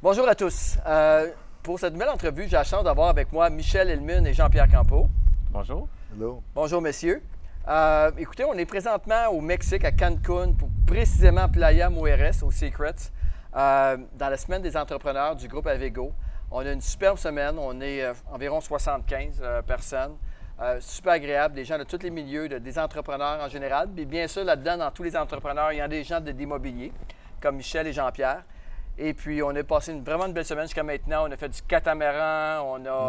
Bonjour à tous. Pour cette nouvelle entrevue, j'ai la chance d'avoir avec moi Michel Hillman et Jean-Pierre Campeau. Bonjour. Hello. Bonjour, messieurs. Écoutez, on est présentement au Mexique, à Cancun, pour précisément Playa Mujeres, au Secrets, dans la semaine des entrepreneurs du groupe Avego. On a une superbe semaine. On est environ 75 personnes. Super agréable, des gens de tous les milieux, des entrepreneurs en général. Mais bien sûr, là-dedans, dans tous les entrepreneurs, il y a des gens d'immobilier, comme Michel et Jean-Pierre. Et puis, on a passé vraiment une belle semaine jusqu'à maintenant. On a fait du catamaran.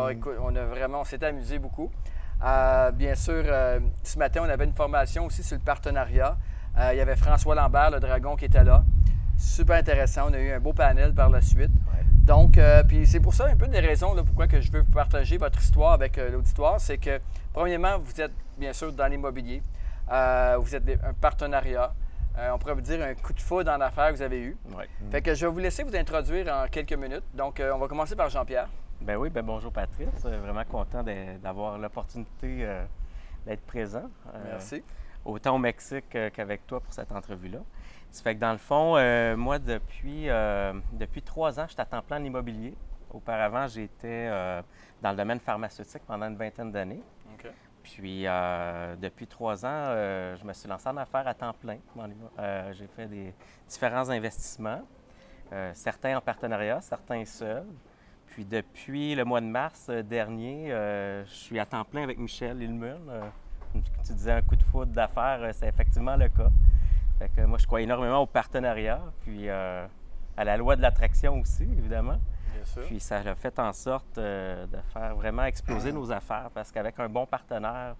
On s'est amusé beaucoup. Bien sûr, ce matin, on avait une formation aussi sur le partenariat. Il y avait François Lambert, le dragon, qui était là. Super intéressant. On a eu un beau panel par la suite. Ouais. Donc, puis c'est pour ça un peu des raisons là, pourquoi que je veux partager votre histoire avec l'auditoire. C'est que, premièrement, vous êtes bien sûr dans l'immobilier. Vous êtes un partenariat. On pourrait vous dire un coup de foudre en affaires que vous avez eu. Ouais. Fait que je vais vous laisser vous introduire en quelques minutes. Donc, on va commencer par Jean-Pierre. Bonjour Patrice. Vraiment content d'avoir l'opportunité d'être présent. Merci. Autant au Mexique qu'avec toi pour cette entrevue-là. Ça fait que dans le fond, moi, depuis 3 ans, je suis à temps plein en immobilier. Auparavant, j'étais dans le domaine pharmaceutique pendant une vingtaine d'années. OK. Puis, depuis 3 ans, je me suis lancé en affaires à temps plein. J'ai fait des différents investissements, certains en partenariat, certains seuls. Puis, depuis le mois de mars dernier, je suis à temps plein avec Michel Hillman. Tu disais un coup de foudre d'affaires, c'est effectivement le cas. Fait que moi, je crois énormément au partenariat, puis à la loi de l'attraction aussi, évidemment. Bien sûr. Puis ça a fait en sorte de faire vraiment exploser nos affaires parce qu'avec un bon partenaire,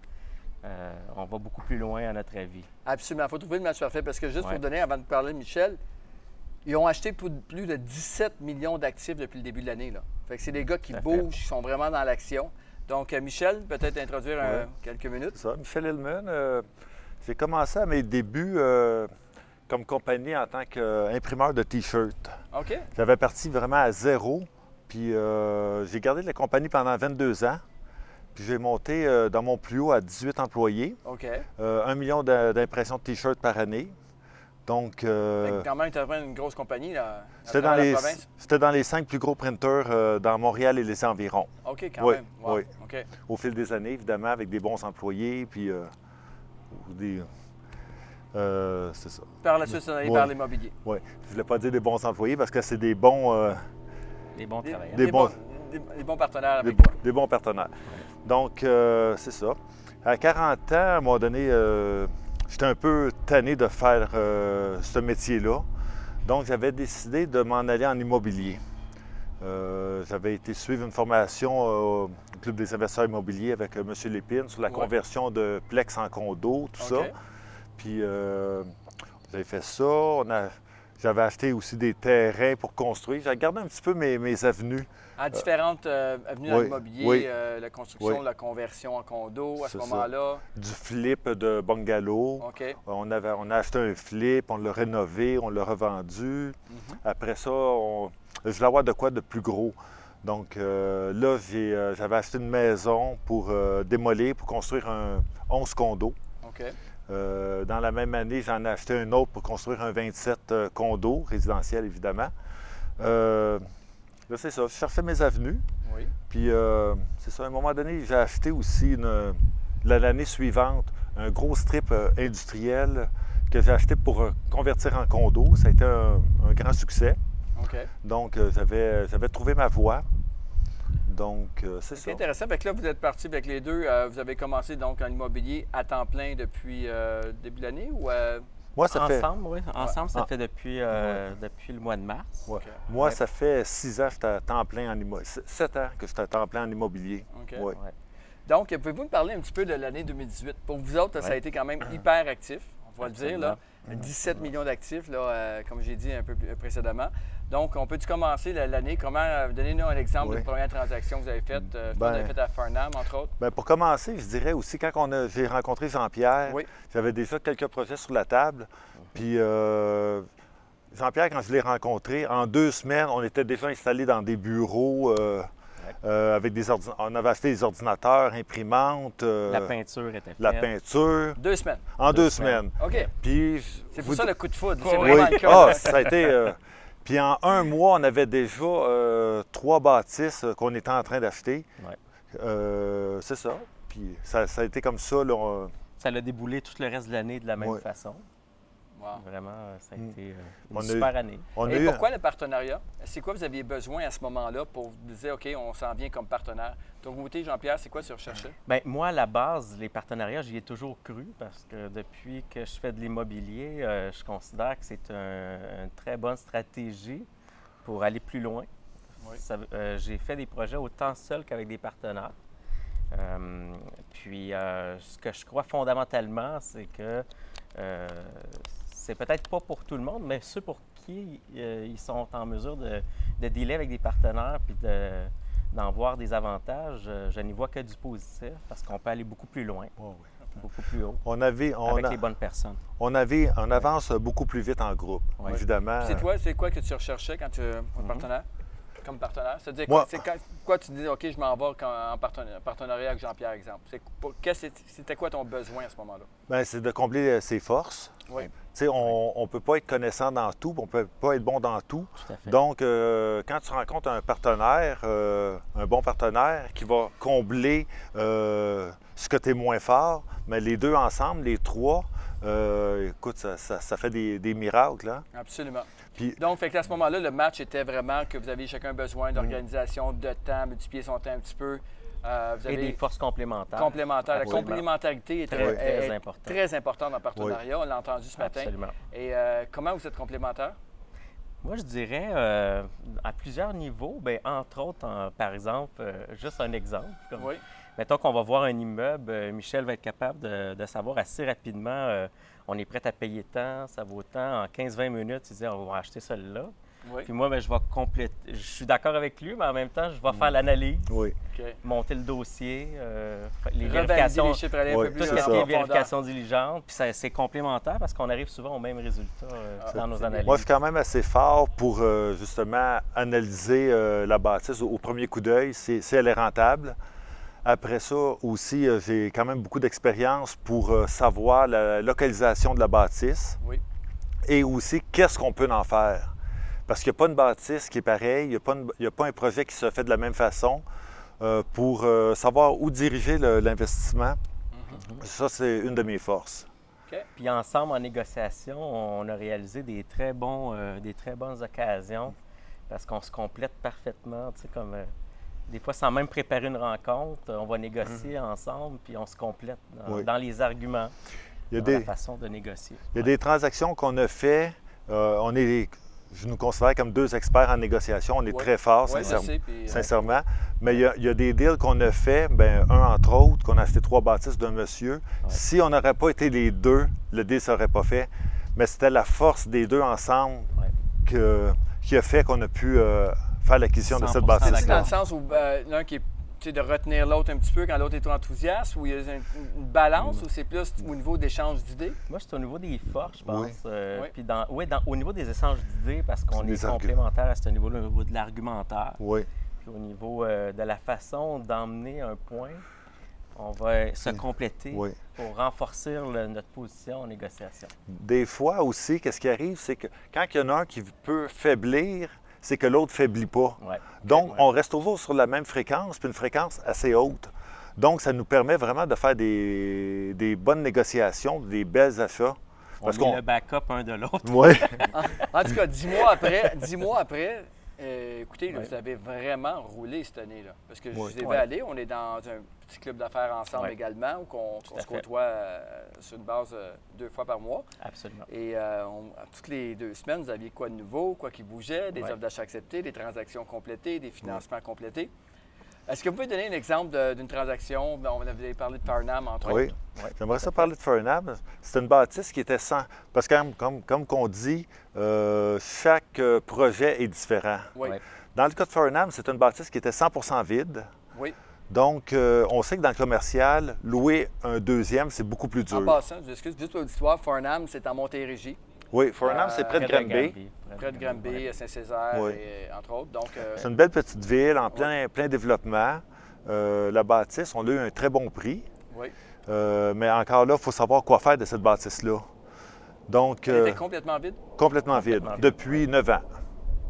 on va beaucoup plus loin à notre avis. Absolument. Il faut trouver le match parfait parce que juste Ouais. pour donner, avant de parler de Michel, ils ont acheté plus de 17 millions d'actifs depuis le début de l'année. Là. Fait que c'est des gars qui Tout à bougent, qui sont vraiment dans l'action. Donc, Michel, peut-être introduire Ouais. quelques minutes. C'est ça, Michel Hillman. J'ai commencé à mes débuts comme compagnie en tant qu'imprimeur de T-shirts. OK. J'avais parti vraiment à zéro, puis j'ai gardé la compagnie pendant 22 ans. Puis j'ai monté dans mon plus haut à 18 employés, OK. 1 million d'impressions de T-shirts par année. Donc, Fait que quand même, tu as une grosse compagnie là, à c'était travers dans, la les, province. c'était dans les 5 plus gros printers dans Montréal et les environs. OK, quand Oui, même. Wow. oui. OK. Au fil des années, évidemment, avec des bons employés, puis c'est ça. Par la suite, c'est donné Ouais. par l'immobilier. Oui. Je ne voulais pas dire des bons employés parce que c'est des bons, Des bons travailleurs. Des bons- des bons partenaires des, avec toi. des bons partenaires. Donc, c'est ça. À 40 ans, à un moment donné, j'étais un peu tanné de faire ce métier-là. Donc, j'avais décidé de m'en aller en immobilier. J'avais été suivre une formation au Club des investisseurs immobiliers avec M. Lépine sur la Ouais. conversion de plex en condo, tout ça. OK. Puis j'avais fait ça. J'avais acheté aussi des terrains pour construire. J'ai gardé un petit peu mes avenues. À différentes avenues dans oui, l'immobilier, oui. La construction, Oui. la conversion en condo à ce C'est ça. moment-là. Du flip de bungalow. OK. On a acheté un flip, on l'a rénové, on l'a revendu. Mhm. Après ça, je voulais avoir de quoi de plus gros. Donc là, j'avais acheté une maison pour démolir, pour construire 11 condos. OK. Dans la même année, j'en ai acheté un autre pour construire un 27 condos, résidentiel évidemment. Là, c'est ça, je cherchais mes avenues. Oui. Puis, c'est ça, à un moment donné, j'ai acheté aussi, l'année suivante, un gros strip industriel que j'ai acheté pour convertir en condo. Ça a été un grand succès. OK. Donc, j'avais trouvé ma voie. Donc, c'est ça. C'est intéressant. Fait que là, vous êtes partis avec les deux. Vous avez commencé donc en immobilier à temps plein depuis le début de l'année ou Moi, ça fait, Ensemble, oui. Ensemble, ça Ah. fait depuis le mois de mars. ouais. OK. Moi, Ouais. ça fait 6 ans que j'étais à temps plein en immobilier. 7 ans que j'étais à temps plein en immobilier. OK. Ouais. Ouais. Donc, pouvez-vous me parler un petit peu de l'année 2018? Pour vous autres, ça a Ouais. été quand même hyper actif, on va le dire. Là. Absolument. 17 millions d'actifs, là, comme j'ai dit un peu précédemment. Donc, on peut-tu commencer l'année? Donnez-nous un exemple Oui. de première transaction que vous avez faite. Vous avez faite à Farnham, entre autres. Bien, pour commencer, je dirais aussi, quand j'ai rencontré Jean-Pierre, Oui. j'avais déjà quelques projets sur la table. Puis Jean-Pierre, quand je l'ai rencontré, en 2 semaines, on était déjà installés dans des bureaux avec on avait acheté des ordinateurs, imprimantes, La peinture était faite. la peinture. 2 semaines. En 2 2 semaines. OK. Puis, C'est vous- pour ça le coup de foudre. C'est Oui. vraiment Oui, le cas. ça a été. Puis en un mois, on avait déjà 3 bâtisses qu'on était en train d'acheter. Ouais. C'est ça. Puis ça a été comme ça. Là, Ça l'a déboulé tout le reste de l'année de la même Ouais. façon. Wow. Vraiment, ça a été On une a eu- super année. on a Et eu- pourquoi le partenariat? C'est quoi vous aviez besoin à ce moment-là pour vous dire, OK, on s'en vient comme partenaire? Ton côté, Jean-Pierre, c'est quoi tu recherchais? Bien, moi, à la base, les partenariats, j'y ai toujours cru parce que depuis que je fais de l'immobilier, je considère que c'est une très bonne stratégie pour aller plus loin. Oui. J'ai fait des projets autant seul qu'avec des partenaires. Puis, ce que je crois fondamentalement, c'est que c'est peut-être pas pour tout le monde, mais ceux pour qui ils sont en mesure de dealer avec des partenaires puis d'en voir des avantages, je n'y vois que du positif parce qu'on peut aller beaucoup plus loin, Ouais, ouais. beaucoup plus haut, on avec les bonnes personnes. on avance beaucoup plus vite en groupe, Ouais. évidemment. C'est quoi que tu recherchais quand tu un partenaire? Comme partenaire? C'est-à-dire, Moi- quoi tu dis, OK, je m'en vais en partenariat avec Jean-Pierre, exemple. C'était quoi ton besoin à ce moment-là? Bien, c'est de combler ses forces. Oui. Tu sais, on ne peut pas être connaissant dans tout, puis on ne peut pas être bon dans tout. Tout à fait. Donc, quand tu rencontres un partenaire, un bon partenaire qui va combler ce que tu es moins fort, mais les deux ensemble, les trois, écoute, ça fait des miracles. Hein? Absolument. Puis- Donc, fait qu'à ce moment-là, le match était vraiment que vous aviez chacun besoin d'organisation, de temps, multiplier son temps un petit peu. Vous Et avez des forces complémentaires. complémentaire. La Absolument. complémentarité est Très importante. très importante dans le partenariat. On l'a entendu ce matin. Absolument. Et comment vous êtes complémentaires? Moi, je dirais à plusieurs niveaux. Bien, entre autres, par exemple, juste un exemple. Oui. Mettons qu'on va voir un immeuble, Michel va être capable de savoir assez rapidement, on est prêt à payer tant, ça vaut tant. En 15-20 minutes, il dit, on va acheter celui-là. Oui. Puis moi, bien, je vais compléter. Je suis d'accord avec lui, mais en même temps, je vais faire l'analyse, Oui. OK. monter le dossier, les Revalider vérifications, les chiffres, aller un Oui, peu tout plus ce c'est qui ça. est en profondeur. vérification diligente. Puis c'est complémentaire parce qu'on arrive souvent au même résultat dans nos c'est analyses. Moi, je suis quand même assez fort pour justement analyser la bâtisse au premier coup d'œil, si elle est rentable. Après ça aussi, j'ai quand même beaucoup d'expérience pour savoir la localisation de la bâtisse Oui. et aussi qu'est-ce qu'on peut en faire. Parce qu'il n'y a pas une bâtisse qui est pareille, il n'y a pas un projet qui se fait de la même façon pour savoir où diriger l'investissement. Ça, c'est une de mes forces. Puis ensemble, en négociation, on a réalisé des très bonnes occasions parce qu'on se complète parfaitement, tu sais, comme des fois sans même préparer une rencontre, on va négocier ensemble puis on se complète Oui. dans les arguments, Il y a dans la des, façon de négocier. il y a des transactions qu'on a fait. Je nous considère comme deux experts en négociation. On est Oui. très forts, Oui, je sincèrement. sais. Puis, Sincèrement. Mais il y a des deals qu'on a fait, bien, un entre autres, qu'on a acheté 3 bâtisses d'un monsieur. Si on n'aurait pas été les deux, le deal ne serait pas fait. Mais c'était la force des deux ensemble Ouais. qui a fait qu'on a pu faire l'acquisition de cette 100% c'est dans bâtisse-là. le sens où l'un qui est de retenir l'autre un petit peu quand l'autre est trop enthousiaste, ou il y a une balance, ou c'est plus au niveau d'échange d'idées? Moi, c'est au niveau des forces, je pense. Oui. Oui. Puis au niveau des échanges d'idées, parce qu'on Des est complémentaires à ce niveau-là, au niveau de l'argumentaire. Oui. Puis au niveau de la façon d'emmener un point, on va se compléter Oui. pour renforcer notre position en négociation. Des fois aussi, qu'est-ce qui arrive, c'est que quand il y en a un qui peut faiblir, c'est que l'autre ne faiblit pas. Ouais. Donc, Ouais. on reste toujours sur la même fréquence, puis une fréquence assez haute. Donc, ça nous permet vraiment de faire des bonnes négociations, des belles achats. On est le backup un de l'autre. Oui, En tout cas, 10 mois après, écoutez, là, Ouais. vous avez vraiment roulé cette année-là. Parce que je Oui. vous ai vu Ouais. aller, on est dans un petit club d'affaires ensemble Ouais. également, où on Tout à se fait. côtoie sur une base 2 fois par mois. Absolument. Et toutes les 2 semaines, vous aviez quoi de nouveau, quoi qui bougeait, des Ouais. offres d'achat acceptées, des transactions complétées, des financements complétés. Est-ce que vous pouvez donner un exemple d'une transaction? On avait parlé de Farnham, entre oui. autres. Ouais. J'aimerais ça parler de Farnham. C'est une bâtisse qui était sans... Parce que, comme qu'on dit, chaque projet est différent. Oui. Ouais. Dans le cas de Farnham, c'est une bâtisse qui était 100% vide. Oui. Donc, on sait que dans le commercial, louer un deuxième, c'est beaucoup plus dur. En passant, je m'excuse, juste pour l'histoire, Farnham, c'est en Montérégie, Oui, Farnham, c'est près de Granby. près de Granby, Ouais. Saint-Césaire, Oui. et, entre autres. Donc, C'est une belle petite ville en plein développement. La bâtisse, on a eu un très bon prix. oui. Mais encore là, il faut savoir quoi faire de cette bâtisse-là. Donc, Elle était complètement vide. complètement vide, Complètement vide. depuis 9 ans.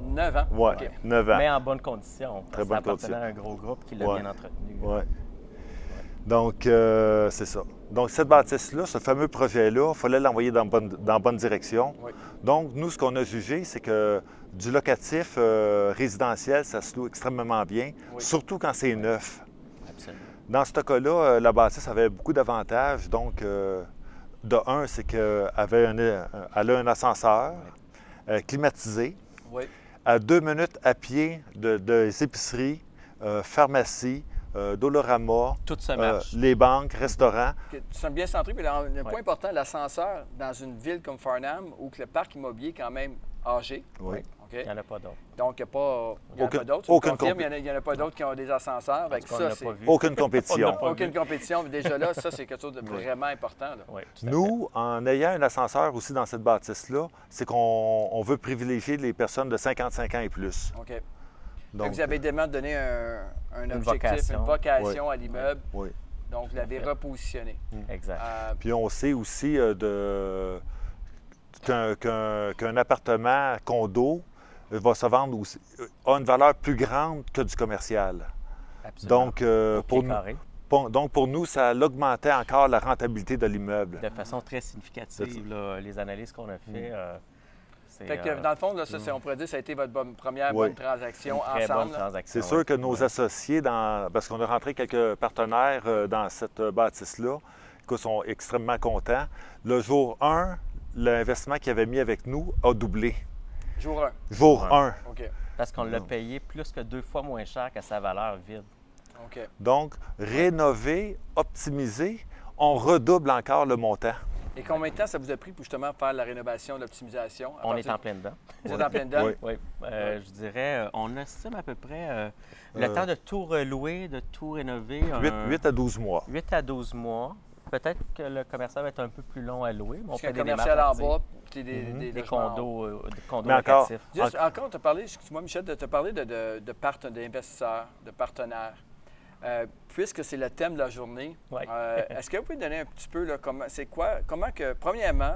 9 ans? Oui, OK. 9 ans. Mais en bonne condition. Très bonne Ça appartenait condition. à un gros groupe qui l'a Ouais. bien entretenu. Oui. Donc, c'est ça. Donc, cette bâtisse-là, ce fameux projet-là, il fallait l'envoyer dans la bonne direction. Oui. Donc, nous, ce qu'on a jugé, c'est que du locatif résidentiel, ça se loue extrêmement bien, Oui. surtout quand c'est neuf. Absolument. Dans ce cas-là, la bâtisse avait beaucoup d'avantages. Donc, de un, c'est qu'elle a un ascenseur climatisé, Oui. à 2 minutes à pied des épiceries, pharmacies, Dolorama, Tout se marche. les banques, restaurants. Tu sembles bien centré, mais le Ouais. point important, l'ascenseur dans une ville comme Farnham, où que le parc immobilier est quand même âgé. Oui. OK? Il n'y en a pas d'autres. Donc, il n'y en a Aucun- pas d'autres. Tu me aucune confirmes, il n'y en a pas d'autres qui ont des ascenseurs. En Avec tout cas, on ça, l'a c'est pas vu. Aucune On compétition. l'a pas aucune vu. compétition. Mais déjà là, ça, c'est quelque chose de vraiment important. Là. Oui, tout à fait. Nous, en ayant un ascenseur aussi dans cette bâtisse-là, c'est qu'on veut privilégier les personnes de 55 ans et plus. OK. Fait Donc, que vous avez également donné un objectif, vocation. une vocation à l'immeuble. oui. Donc, vous l'avez repositionné. Exact. Puis on sait aussi qu'un appartement condo va se vendre aussi, a une valeur plus grande que du commercial. Absolument. Donc, Au pour pied nous, carré, donc, pour nous, ça augmentait encore la rentabilité de l'immeuble. de façon très significative, là, les analyses qu'on a fait. C'est Fait que, dans le fond, là, ça, on pourrait dire que ça a été votre première Oui. bonne transaction une très ensemble. bonne là. transaction. C'est sûr oui. que nos Ouais. associés, parce qu'on a rentré quelques partenaires dans cette bâtisse-là, qui sont extrêmement contents. Le jour 1, l'investissement qu'ils avaient mis avec nous a doublé. Jour 1. Jour Ouais. 1. OK. Parce qu'on l'a payé plus que 2 fois moins cher que sa valeur vide. OK. Donc, rénover, optimiser, on redouble encore le montant. Et combien de temps ça vous a pris pour justement faire la rénovation, l'optimisation? On est en plein dedans. Vous êtes en plein dedans? Oui. Oui. Je dirais, on estime à peu près le temps de tout relouer, de tout rénover. 8 à 12 mois. 8 à 12 mois. Peut-être que le commercial va être un peu plus long à louer, mais on Parce fait qu'un des commercial en démarches bas, puis des logements en haut. condos Mais encore, locatifs. Juste, encore, tu as parlé, excuse-moi Michel, de te parler d'investisseurs, de partenaires. Puisque c'est le thème de la journée, Ouais. est-ce que vous pouvez donner un petit peu, là, premièrement,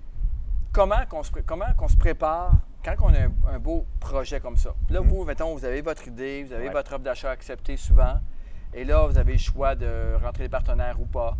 comment qu'on se prépare quand on a un beau projet comme ça? Là, vous, mettons, vous avez votre idée, vous avez Ouais. votre offre d'achat acceptée souvent, et là, vous avez le choix de rentrer des partenaires ou pas.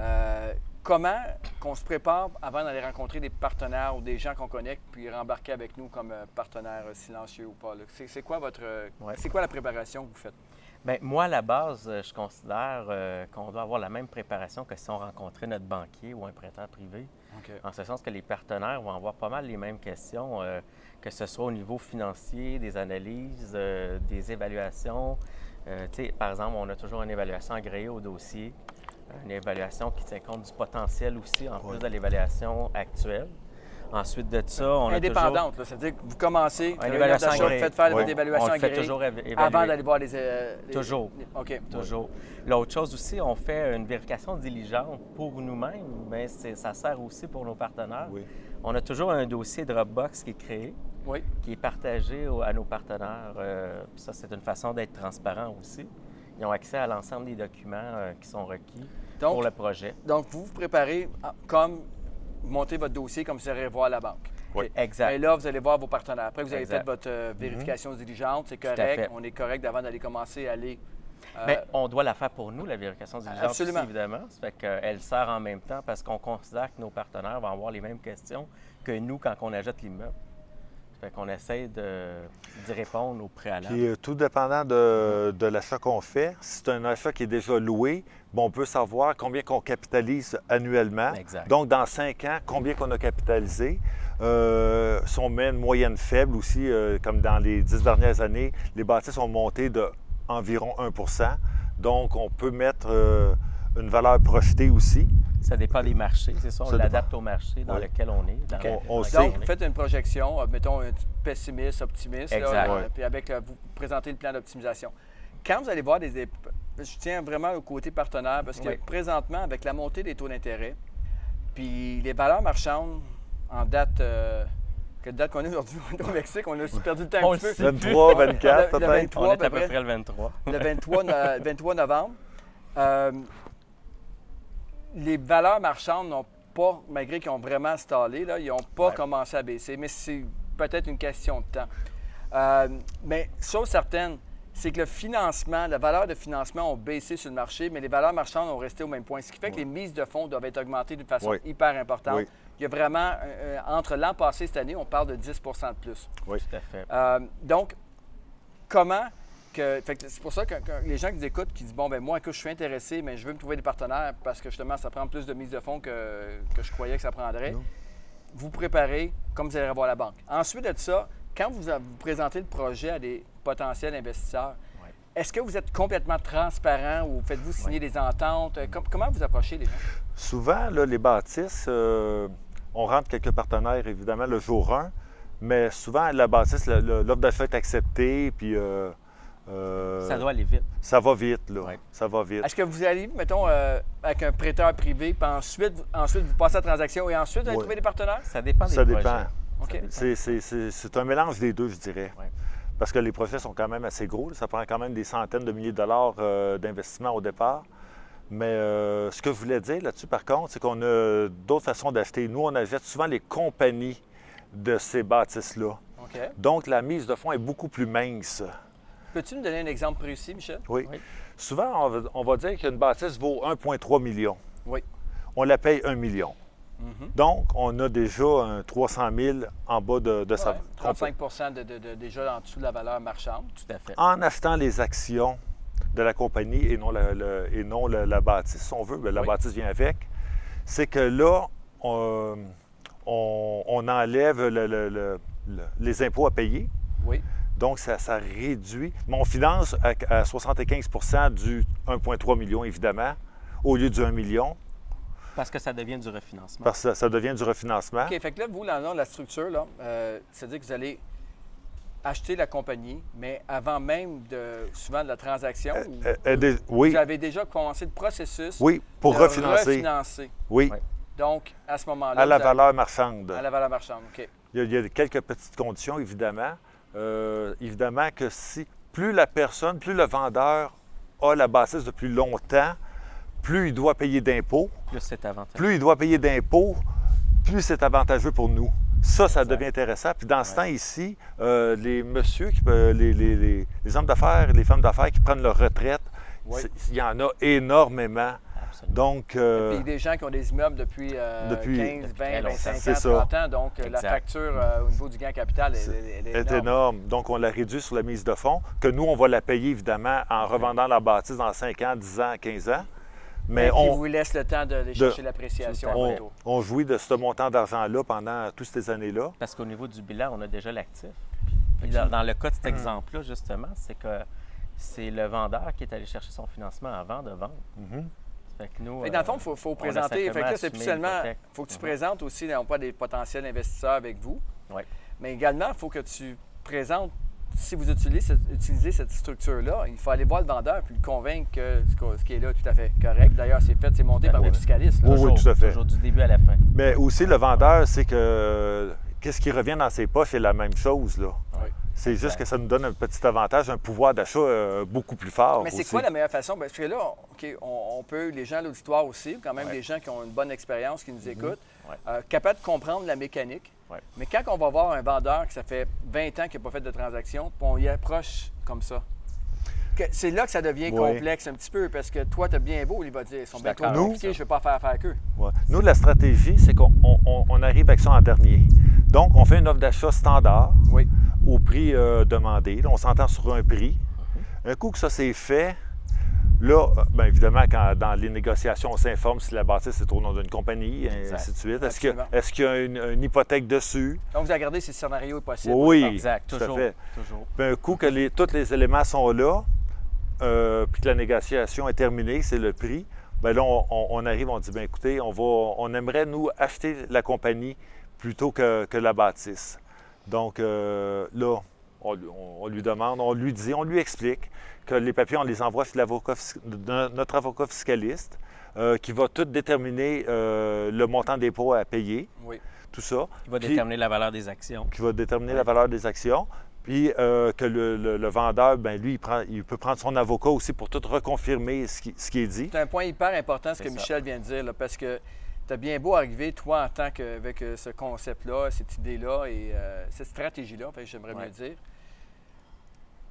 Comment qu'on se prépare avant d'aller rencontrer des partenaires ou des gens qu'on connaît, puis rembarquer avec nous comme partenaires silencieux ou pas? Là? C'est quoi c'est quoi la préparation que vous faites? Bien, moi, à la base, je considère qu'on doit avoir la même préparation que si on rencontrait notre banquier ou un prêteur privé. OK. En ce sens que les partenaires vont avoir pas mal les mêmes questions, que ce soit au niveau financier, des analyses, des évaluations. Tu sais, par exemple, on a toujours une évaluation agréée au dossier, une évaluation qui tient compte du potentiel aussi, en plus de l'évaluation actuelle. Ensuite de ça, on a toujours... Indépendante, là, c'est-à-dire que vous commencez, vous avez une évaluation offre d'achat, vous agréée. faites faire Oui. votre évaluation On le fait agréée toujours évaluer. avant d'aller voir les Toujours. OK. Toujours. L'autre chose aussi, on fait une vérification diligente pour nous-mêmes, mais ça sert aussi pour nos partenaires. Oui. On a toujours un dossier Dropbox qui est créé, Oui. qui est partagé à nos partenaires. Puis ça, c'est une façon d'être transparent aussi. Ils ont accès à l'ensemble des documents qui sont requis pour le projet. Donc, vous vous préparez comme vous montez votre dossier comme si vous allez voir la banque. Oui. OK. Exact. Et là, vous allez voir vos partenaires. Après, vous avez Exact. fait votre vérification diligente, c'est à correct, fait. on est correct avant d'aller commencer à aller. Bien, on doit la faire pour nous, la vérification diligente aussi, Absolument. évidemment. Ça fait qu'elle sert en même temps parce qu'on considère que nos partenaires vont avoir les mêmes questions que nous quand on achète l'immeuble. Ça fait qu'on essaie d'y répondre au préalable. Puis, tout dépendant de l'achat qu'on fait, si c'est un achat qui est déjà loué, bon, on peut savoir combien qu'on capitalise annuellement. Exact. Donc, dans 5 ans, combien qu'on a capitalisé. Si on met une moyenne faible aussi, comme dans les 10 dernières années, les bâtisses ont monté d'environ 1 %. Donc, on peut mettre une valeur projetée aussi. Ça dépend des marchés, c'est ça. On Ça l'adapte au marché dans Oui. lequel on est. Dans OK. lequel On on sait. Donc, est. vous faites une projection, mettons un pessimiste, optimiste, là, Exact. Ouais. puis avec vous présentez le plan d'optimisation. Quand vous allez voir je tiens vraiment au côté partenaire parce que Oui. présentement, avec la montée des taux d'intérêt, puis les valeurs marchandes en date, quelle date qu'on est aujourd'hui au Mexique, on a aussi perdu le temps On un petit le peu. sait. 23, 24 Le peut-être. 23, On est à peu à peu près. près le 23. Le 23 novembre. Les valeurs marchandes n'ont pas, malgré qu'ils ont vraiment stallé, là, ils n'ont pas Ouais. commencé à baisser, mais c'est peut-être une question de temps. Mais chose certaine, c'est que le financement, la valeur de financement ont baissé sur le marché, mais les valeurs marchandes ont resté au même point. Ce qui fait que les mises de fonds doivent être augmentées d'une façon hyper importante. Oui. Il y a vraiment, entre l'an passé et cette année, on parle de 10 de plus. Oui. Tout à fait. Donc, comment que. C'est pour ça que les gens qui nous écoutent, qui disent bon, ben moi, écoute, je suis intéressé, mais je veux me trouver des partenaires parce que justement, ça prend plus de mise de fonds que je croyais que ça prendrait. Non. Vous préparez comme vous allez revoir la banque. Ensuite de ça, quand vous présentez le projet à des potentiels investisseurs, est-ce que vous êtes complètement transparent ou faites-vous signer des ententes? Comment vous approchez les gens? Souvent, là, les bâtisses, on rentre quelques partenaires, évidemment, le jour 1, mais souvent, la bâtisse, l'offre d'achat est acceptée, puis... ça doit aller vite. Ça va vite, là. Ouais. Ça va vite. Est-ce que vous allez, mettons, avec un prêteur privé, puis ensuite vous passez à la transaction et ensuite vous allez trouver des partenaires? Ça dépend des Ça projets. dépend. OK. C'est un mélange des deux, je dirais. Ouais. Parce que les projets sont quand même assez gros. Ça prend quand même des centaines de milliers de dollars d'investissement au départ. Mais ce que je voulais dire là-dessus, par contre, c'est qu'on a d'autres façons d'acheter. Nous, on achète souvent les compagnies de ces bâtisses-là. OK. Donc, la mise de fonds est beaucoup plus mince. Peux-tu me donner un exemple précis, Michel? Oui. Oui. Souvent, on va dire qu'une bâtisse vaut 1,3 million. Oui. On la paye 1 million. Mm-hmm. Donc, on a déjà un 300 000 en bas de sa... 35 déjà en dessous de la valeur marchande. Tout à fait. En achetant les actions de la compagnie et non la bâtisse, si on veut, bien, la bâtisse vient avec, c'est que là, on enlève les impôts à payer. Oui. Donc, ça réduit. Mais on finance à 75 du 1,3 million, évidemment, au lieu du 1 million. Parce que ça devient du refinancement. Parce que ça devient du refinancement. OK, fait que là, vous, dans la structure, là, c'est-à-dire que vous allez acheter la compagnie, mais avant même souvent de la transaction, Oui, vous avez déjà commencé le processus oui, pour de refinancer. Oui, Oui. Donc, à ce moment-là, à la vous avez- valeur marchande. à la valeur marchande, OK. Il y a quelques petites conditions, évidemment. Évidemment que plus le vendeur a la bâtisse depuis longtemps, plus il doit payer d'impôts. Plus c'est avantageux. Plus il doit payer d'impôts, plus c'est avantageux pour nous. Ça Exact. devient intéressant. Puis dans ce temps ici, les messieurs, les hommes d'affaires et les femmes d'affaires qui prennent leur retraite, il y en a énormément. Absolument. Donc, Puis des gens qui ont des immeubles depuis 15, 20, longtemps. 25 C'est ans, ça. 30 ans, donc la Exact. facture au niveau du gain capital elle est énorme. Donc, on la réduit sur la mise de fonds, que nous, on va la payer, évidemment, en revendant la bâtisse dans 5 ans, 10 ans, 15 ans. Mais qui vous laisse le temps d'aller chercher l'appréciation. Tout à après fait. tout. on jouit de ce montant d'argent-là pendant toutes ces années-là. Parce qu'au niveau du bilan, on a déjà l'actif. Puis dans le cas de cet exemple-là, justement, c'est que c'est le vendeur qui est allé chercher son financement avant de vendre. Fait que nous, Et dans le fond, il faut on a présenter. Fait que là, c'est plus assumé seulement. l'hypothèque. Il faut que tu présentes aussi, non pas des potentiels investisseurs avec vous, Oui. mais également, il faut que tu présentes. Si vous utilisez cette structure-là, il faut aller voir le vendeur puis le convaincre que ce qui est là est tout à fait correct. D'ailleurs, c'est monté par des fiscalistes. là. Oui, Toujours, tout à fait. Toujours du début à la fin. Mais aussi, le vendeur, c'est que qu'est-ce qui revient dans ses poches, c'est la même chose, là. Oui. C'est Exact. juste que ça nous donne un petit avantage, un pouvoir d'achat beaucoup plus fort. Mais c'est aussi. quoi la meilleure façon? Parce que là, OK, on peut, les gens à l'auditoire aussi, quand même des gens qui ont une bonne expérience, qui nous écoutent, capables de comprendre la mécanique. Ouais. Mais quand on va voir un vendeur qui ça fait 20 ans qu'il n'a pas fait de transaction, puis on y approche comme ça, c'est là que ça devient complexe un petit peu, parce que toi, tu as bien beau, il va dire, ils sont bien trop d'accord avec compliqués, ça. je ne veux pas faire affaire avec eux. Ouais. Nous, la stratégie, c'est qu'on arrive avec ça en dernier. Donc, on fait une offre d'achat standard Oui. au prix demandé. Là, on s'entend sur un prix. Un coup que ça c'est fait, là, bien évidemment, dans les négociations, on s'informe si la bâtisse est au nom d'une compagnie, et ainsi de suite. Absolument. Est-ce qu'il y a une hypothèque dessus? Donc, vous regardez si le scénario est possible. Oui, Exact, tout à toujours. fait. Toujours. Puis un coup que tous les éléments sont là, puis que la négociation est terminée, c'est le prix, bien là, on arrive, on dit, bien écoutez, on aimerait, nous, acheter la compagnie plutôt que la bâtisse. Donc là, on lui demande, on lui dit, on lui explique que les papiers, on les envoie chez notre avocat fiscaliste, qui va tout déterminer le montant d'impôt à payer, Oui. tout ça. Il va Puis- déterminer la valeur des actions. qui va déterminer la valeur des actions. Puis que le vendeur, bien lui, il peut prendre son avocat aussi pour tout reconfirmer ce qui est dit. C'est un point hyper important, ce C'est que ça. Michel vient de dire, là, parce que tu as bien beau arriver, toi, en tant qu'avec ce concept-là, cette idée-là et cette stratégie-là, j'aimerais mieux dire.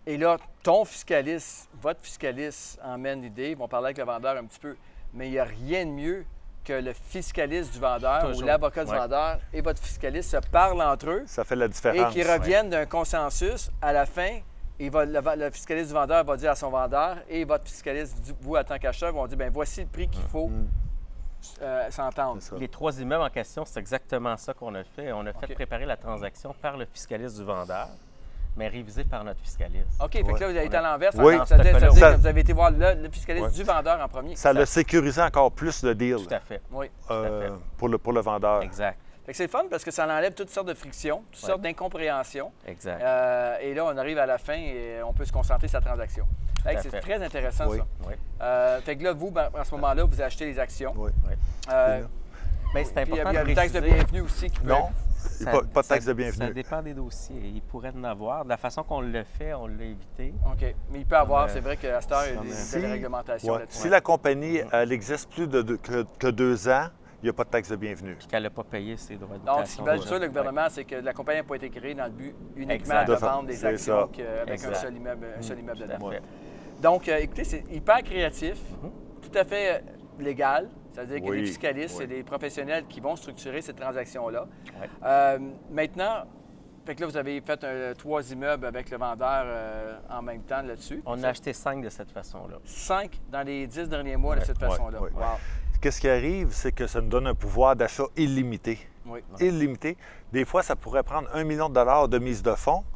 Et là, ton fiscaliste, votre fiscaliste emmène l'idée, ils vont parler avec le vendeur un petit peu, mais il n'y a rien de mieux que le fiscaliste du vendeur Toujours. ou l'avocat du vendeur et votre fiscaliste se parlent entre eux Ça fait la et différence. qu'ils reviennent d'un consensus. À la fin, le fiscaliste du vendeur va dire à son vendeur et votre fiscaliste, vous, en tant qu'acheteur, vont dire, bien, voici le prix qu'il faut s'entendre. C'est ça. Les 3 immeubles en question, c'est exactement ça qu'on a fait. On a fait OK. préparer la transaction par le fiscaliste du vendeur, mais révisée par notre fiscaliste. OK, fait que là, vous avez été à l'envers. Oui. Ça veut dire Ça- que vous avez été voir le fiscaliste Ouais. du vendeur en premier. Ça l'a sécurisé encore plus le deal Tout à fait. Oui. à fait. pour le vendeur. Exact. Fait que c'est le fun parce que ça enlève toutes sortes de frictions, toutes Ouais. sortes d'incompréhensions. Exact. Et là, on arrive à la fin et on peut se concentrer sur la transaction. Fait que à c'est fait. très intéressant, Oui. ça. Oui. Fait que là, vous, ben, à ce moment-là, vous achetez les actions. Oui. Mais c'est Puis il y important a de une taxe de préciser- bienvenue aussi qui peut Non, Ça- pas de taxe ça- de bienvenue. Ça dépend des dossiers. Il pourrait en avoir. De la façon qu'on le fait, on l'a évité. OK. Mais il peut avoir, Ouais. c'est vrai qu'à cette heure, il y a Si- des belles réglementations Ouais. là-dessus. Si la compagnie elle existe plus que 2 ans, il n'y a pas de taxe de bienvenue. Puis qu'elle n'a pas payé ses droits de Donc, ce mutation. qu'ils veulent déjà. dire, le gouvernement, c'est que la compagnie n'a pas été créée dans le but uniquement Exact. de vendre des C'est actions ça. avec un Exact. seul immeuble, Tout à dedans. fait. Donc, écoutez, c'est hyper créatif, tout à fait légal. C'est-à-dire que Oui, les fiscalistes, oui. c'est des professionnels qui vont structurer cette transaction-là. Ouais. Maintenant, fait que là, vous avez fait 3 immeubles avec le vendeur en même temps là-dessus. On a acheté 5 de cette façon-là. 5 dans les 10 derniers mois de cette ouais, façon-là. ouais. Wow. Qu'est-ce qui arrive, c'est que ça nous donne un pouvoir d'achat illimité. Oui. Illimité. Des fois, ça pourrait prendre 1 million de dollars de mise de fonds.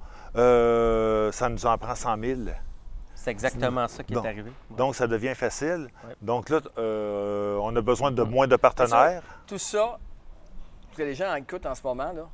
Ça nous en prend 100 000. C'est exactement ça qui Bon. est arrivé. Donc, ça devient facile. Ouais. Donc là, on a besoin de moins de partenaires. Tout ça, ce que les gens écoutent en ce moment, là,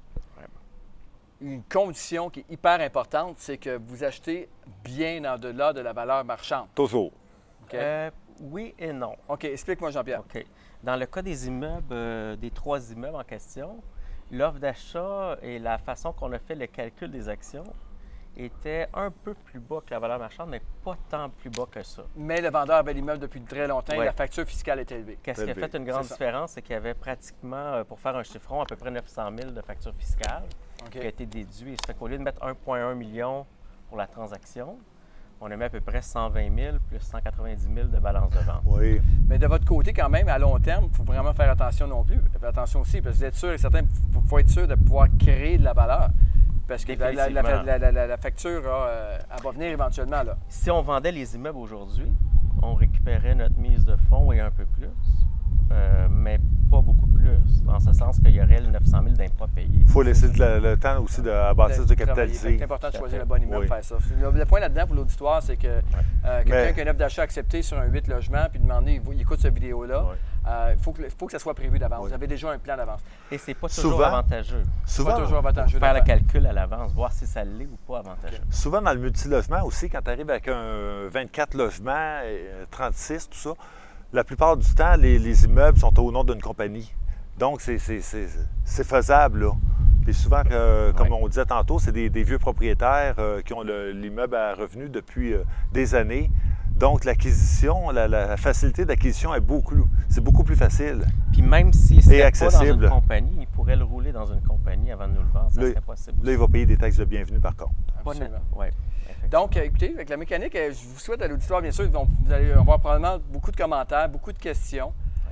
une condition qui est hyper importante, c'est que vous achetez bien en delà de la valeur marchande. Toujours. OK? Oui et non. OK, explique-moi, Jean-Pierre. OK. Dans le cas des immeubles, des 3 immeubles en question, l'offre d'achat et la façon qu'on a fait le calcul des actions était un peu plus bas que la valeur marchande, mais pas tant plus bas que ça. Mais le vendeur avait l'immeuble depuis très longtemps et Ouais. la facture fiscale est élevée. Qu'est-ce qui a Élevé. fait une grande C'est ça. différence, c'est qu'il y avait pratiquement, pour faire un chiffron, à peu près 900 000 de facture fiscale OK. qui a été déduit. Ça fait qu'au lieu de mettre 1,1 million pour la transaction, on a mis à peu près 120 000 plus 190 000 de balance de vente. Oui. Mais de votre côté, quand même, à long terme, il faut vraiment faire attention non plus. Faites attention aussi, parce que vous êtes sûr et certain, il faut être sûr de pouvoir créer de la valeur. Parce que Définitivement. la facture, elle va venir éventuellement. Là. Si on vendait les immeubles aujourd'hui, on récupérait notre mise de fonds et un peu plus, mais pas beaucoup plus, en ce sens qu'il y aurait le 900 000 d'impôts payés. Il faut laisser le temps aussi de bâtir de Travailler. Fait que capitaliser. C'est important de Tout à choisir fait. le bon immeuble Oui. pour faire ça. Le point là-dedans pour l'auditoire, c'est que quelqu'un Mais- qui a une offre d'achat acceptée sur un 8 logements puis demander, il écoute cette vidéo-là, Ouais. il faut que ça soit prévu d'avance. Oui. Vous avez déjà un plan d'avance. Et c'est pas toujours Souvent- avantageux. Souvent, Pas toujours avantageux Faire de le calcul à l'avance, voir si ça l'est ou pas avantageux. souvent dans le multilogement aussi, quand tu arrives avec un 24 logements, 36, tout ça, la plupart du temps, les immeubles sont au nom d'une compagnie. Donc, c'est faisable, là. Puis souvent, comme on disait tantôt, c'est des vieux propriétaires qui ont l'immeuble à revenu depuis des années. Donc, l'acquisition, la facilité d'acquisition c'est beaucoup plus facile. Puis même si c'était pas dans accessible. une compagnie, il pourrait le rouler dans une compagnie avant de nous le vendre. Ça Là, serait possible. Là, il va payer des taxes de bienvenue, par contre. Absolument. Oui. Donc, écoutez, avec la mécanique, je vous souhaite à l'auditoire, bien sûr, vous allez avoir probablement beaucoup de commentaires, beaucoup de questions.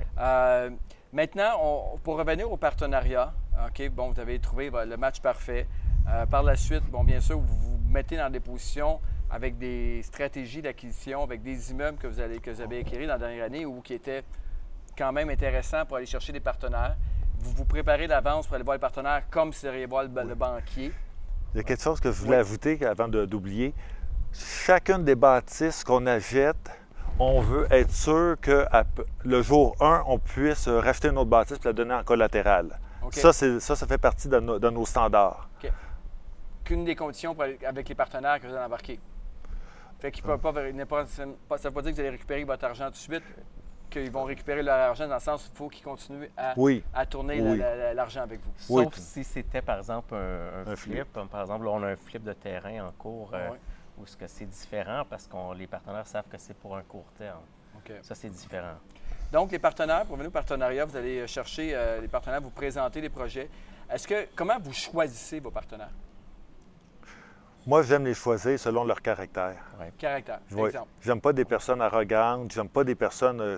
Maintenant, pour revenir au partenariat, OK, bon, vous avez trouvé le match parfait. Par la suite, bon, bien sûr, vous vous mettez dans des positions avec des stratégies d'acquisition, avec des immeubles que vous avez acquis dans la dernière année ou qui étaient quand même intéressants pour aller chercher des partenaires. Vous vous préparez d'avance pour aller voir les partenaires comme si vous alliez voir le banquier. Il y a quelque chose que je voulais ajouter avant d'oublier. Chacune des bâtisses qu'on achète, on veut être sûr que le jour 1, on puisse racheter une autre bâtisse et la donner en collatéral. OK. Ça fait partie de nos standards. Qu'une des conditions avec les partenaires que vous allez embarquer. Fait qu'ils peuvent pas, ça ne veut pas dire que vous allez récupérer votre argent tout de suite, qu'ils vont récupérer leur argent dans le sens où il faut qu'ils continuent à tourner Oui. l'argent avec vous. Sauf Oui. si c'était, par exemple, un Un flip. flip. Comme, par exemple, là, on a un flip de terrain en cours Ouais. où ce que c'est différent parce que les partenaires savent que c'est pour un court terme. OK. Ça, c'est différent. Donc, les partenaires, pour venir au partenariat, vous allez chercher les partenaires, vous présenter les projets. Comment vous choisissez vos partenaires? Moi, j'aime les choisir selon leur caractère. Caractère, Oui. exemple. J'aime pas des personnes arrogantes, j'aime pas des personnes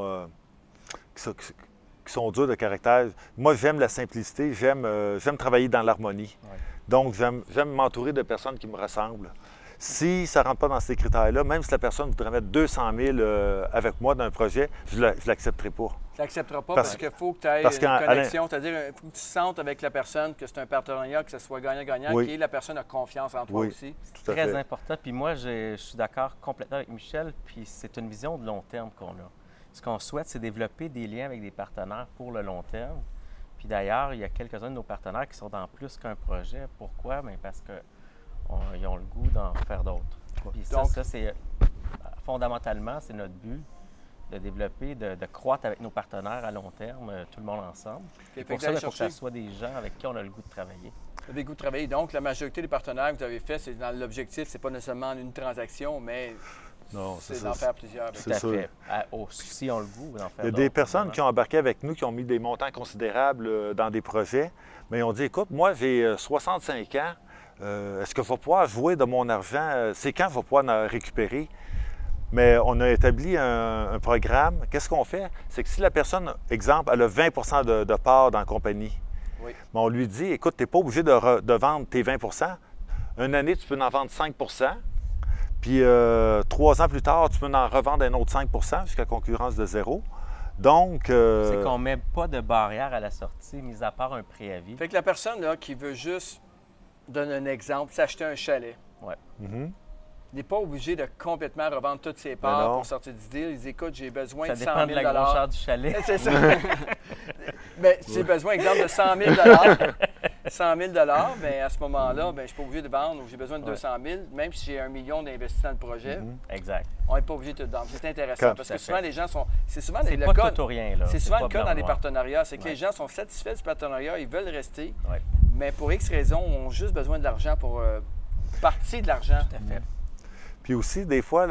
qui sont dures de caractère. Moi, j'aime la simplicité, j'aime travailler dans l'harmonie. Ouais. Donc, j'aime m'entourer de personnes qui me ressemblent. Si ça ne rentre pas dans ces critères-là, même si la personne voudrait mettre 200 000 avec moi dans un projet, je ne l'accepterai pas. Tu l'accepteras pas Parce- parce qu'il faut que tu aies parce une qu'en- connexion, c'est-à-dire il faut que tu sentes avec la personne que c'est un partenariat, que ce soit gagnant-gagnant, Oui. que la personne a confiance en toi Oui. aussi. Tout à Très fait. important. Puis moi, je suis d'accord complètement avec Michel. Puis c'est une vision de long terme qu'on a. Ce qu'on souhaite, c'est développer des liens avec des partenaires pour le long terme. Puis d'ailleurs, il y a quelques-uns de nos partenaires qui sont dans plus qu'un projet. Pourquoi? Bien parce qu'ils ont le goût d'en faire d'autres. Puis Donc- ça c'est fondamentalement, c'est notre but de développer, de croître avec nos partenaires à long terme, tout le monde ensemble. Puis, Et pour fait ça, que il faut que chercher- ce soit des gens avec qui on a le goût de travailler. Vous avez le goût de travailler. Donc, la majorité des partenaires que vous avez fait, c'est dans l'objectif, c'est pas nécessairement une transaction, mais Non, c'est c'est d'en ça. faire plusieurs. C'est Tout à sûr. fait. Si on le goût d'en faire Il y a des d'autres, personnes qui ont embarqué avec nous, qui ont mis des montants considérables dans des projets, mais ils ont dit, écoute, moi, j'ai 65 ans, est-ce que je vais pouvoir jouer de mon argent? C'est quand je vais pouvoir en récupérer? Mais on a établi un programme. Qu'est-ce qu'on fait? C'est que si la personne, exemple, elle a 20 de part dans la compagnie, Oui. mais on lui dit, écoute, tu n'es pas obligé de vendre tes 20 Une année, tu peux en vendre 5 puis 3 ans plus tard, tu peux en revendre un autre 5 jusqu'à concurrence de zéro. Donc, C'est qu'on ne met pas de barrière à la sortie, mis à part un préavis. Fait que la personne là, qui veut juste, donner un exemple, s'acheter un chalet, mhm. n'est pas obligé de complètement revendre toutes ses parts non. pour sortir du deal. Il dit, écoute, j'ai besoin Ça de 100 dépend 000 de la grosseur du chalet. C'est ça. Mais si j'ai besoin, exemple, de 100 000 100 000 bien, à ce moment-là, ben, je ne suis pas obligé de vendre ou j'ai besoin de 200 000, même si j'ai 1 million d'investis dans le projet, Exact. on n'est pas obligé de te vendre. C'est intéressant Tout parce à que fait. souvent, les gens sont. C'est souvent C'est le pas cas. tout ou rien, là. C'est souvent pas le cas blanc dans les noir. partenariats. C'est que Ouais. les gens sont satisfaits du partenariat, ils veulent rester, Ouais. mais pour X raisons, ont juste besoin de l'argent pour partie de l'argent. Tout à fait. Puis aussi, des fois,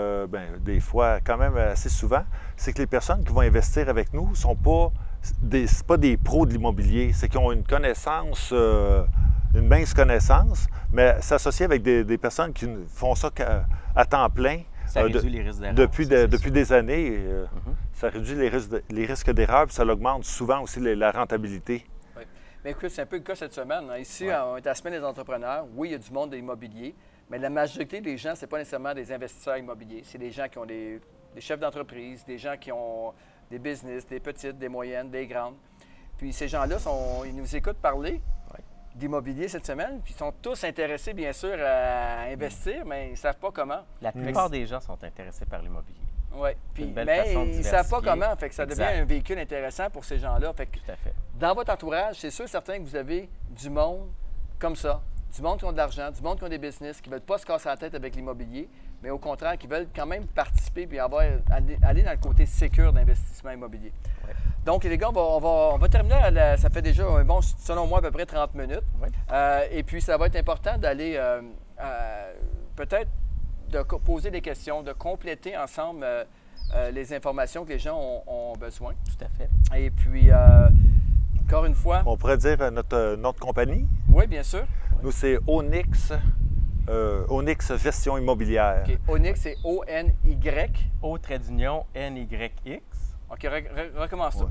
des fois, quand même assez souvent, c'est que les personnes qui vont investir avec nous ne sont pas c'est pas des pros de l'immobilier. C'est qu'ils ont une connaissance, une mince connaissance, mais s'associer avec des personnes qui font ça à temps plein Ça réduit les risques d'erreur. depuis ça, c'est depuis sûr. des années, ça réduit les risques d'erreur, puis ça augmente souvent aussi la rentabilité. Mais écoute, c'est un peu le cas cette semaine. Ici, Ouais. on est à la semaine des entrepreneurs. Oui, il y a du monde de l'immobilier, mais la majorité des gens, ce n'est pas nécessairement des investisseurs immobiliers. C'est des gens qui ont des chefs d'entreprise, des gens qui ont des business, des petites, des moyennes, des grandes. Puis ces gens-là, ils nous écoutent parler Ouais. d'immobilier cette semaine, puis ils sont tous intéressés, bien sûr, à investir, mais ils ne savent pas comment. La plupart des gens sont intéressés par l'immobilier. Oui, puis, une belle mais façon de ils ne savent pas diversifier. comment. Fait que ça devient Exact. un véhicule intéressant pour ces gens-là. Fait que Tout à fait. dans votre entourage, c'est sûr et certain que vous avez du monde comme ça, du monde qui ont de l'argent, du monde qui ont des business, qui ne veulent pas se casser la tête avec l'immobilier, mais au contraire, qui veulent quand même participer et aller dans le côté sécure d'investissement immobilier. Ouais. Donc, les gars, on va terminer, ça fait déjà, selon moi, à peu près 30 minutes. Ouais. Et puis, ça va être important d'aller peut-être poser des questions, de compléter ensemble les informations que les gens ont besoin. Tout à fait. Et puis, encore une fois, On pourrait dire notre compagnie. oui, bien sûr. Nous, c'est Onyx Gestion Immobilière. OK. Onyx, c'est O-N-Y. O-N-Y-X. OK, recommence ça. Ouais.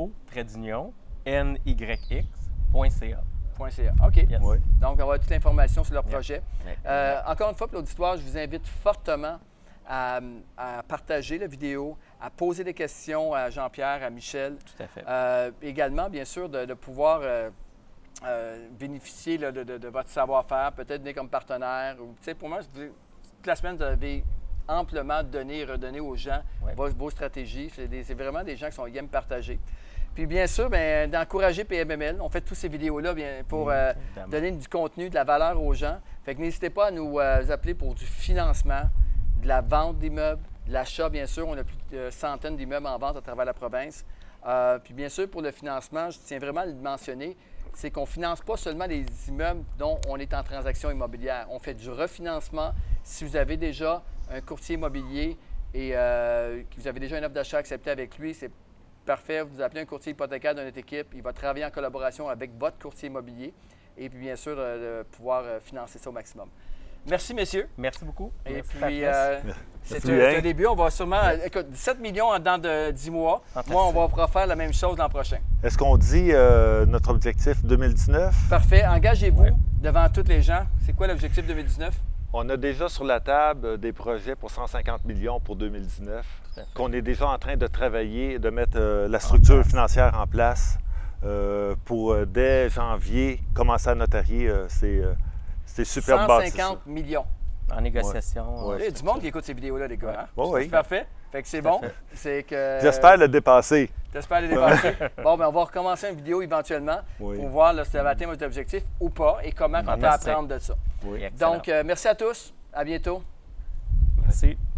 O-N-Y-X.ca. .ca. OK. Yes. Oui. Donc, on va avoir toute l'information sur leur projet. Ouais. Encore une fois, pour l'auditoire, je vous invite fortement à partager la vidéo, à poser des questions à Jean-Pierre, à Michel. Tout à fait. Également, bien sûr, de pouvoir bénéficier là, de votre savoir-faire, peut-être venir comme partenaire. Ou, pour moi, toute la semaine, vous avez amplement donné et redonné aux gens Ouais. vos stratégies. C'est vraiment des gens qui aiment partager. Puis bien sûr, bien, d'encourager PMML. On fait toutes ces vidéos-là pour Évidemment. donner du contenu, de la valeur aux gens. Fait que n'hésitez pas à nous appeler pour du financement, de la vente d'immeubles, de l'achat, bien sûr. On a plus de centaines d'immeubles en vente à travers la province. Puis bien sûr, pour le financement, je tiens vraiment à le mentionner, c'est qu'on ne finance pas seulement les immeubles dont on est en transaction immobilière. On fait du refinancement. Si vous avez déjà un courtier immobilier et que vous avez déjà une offre d'achat acceptée avec lui, c'est parfait. Vous appelez un courtier hypothécaire de notre équipe. Il va travailler en collaboration avec votre courtier immobilier et puis bien sûr, de pouvoir financer ça au maximum. Merci, messieurs. Merci beaucoup. Et Merci, puis, Patrice. c'est bien. un début. On va sûrement... Écoute, 17 millions en dedans de 10 mois. Fantastique. Moi, on va pouvoir faire la même chose l'an prochain. Est-ce qu'on dit notre objectif 2019? Parfait. Engagez-vous Ouais. devant tous les gens. C'est quoi l'objectif 2019? On a déjà sur la table des projets pour 150 millions pour 2019, Tout à fait. qu'on est déjà en train de travailler, de mettre la structure financière en place pour, dès janvier, commencer à notarier. C'est super bâti, ça. 150 millions. En négociation. Ouais. Il y a du monde qui écoute ces vidéos-là, les gars. Hein? Ouais, oui. C'est parfait. Fait que c'est bon. fait. C'est que... J'espère le dépasser. T'espères les dépasser. Bon, ben on va recommencer une vidéo éventuellement Oui. pour voir là, si tu avais atteint votre objectif ou pas et comment on peut Fantastique. apprendre de ça. Oui. Excellent. Donc, merci à tous. À bientôt. Merci.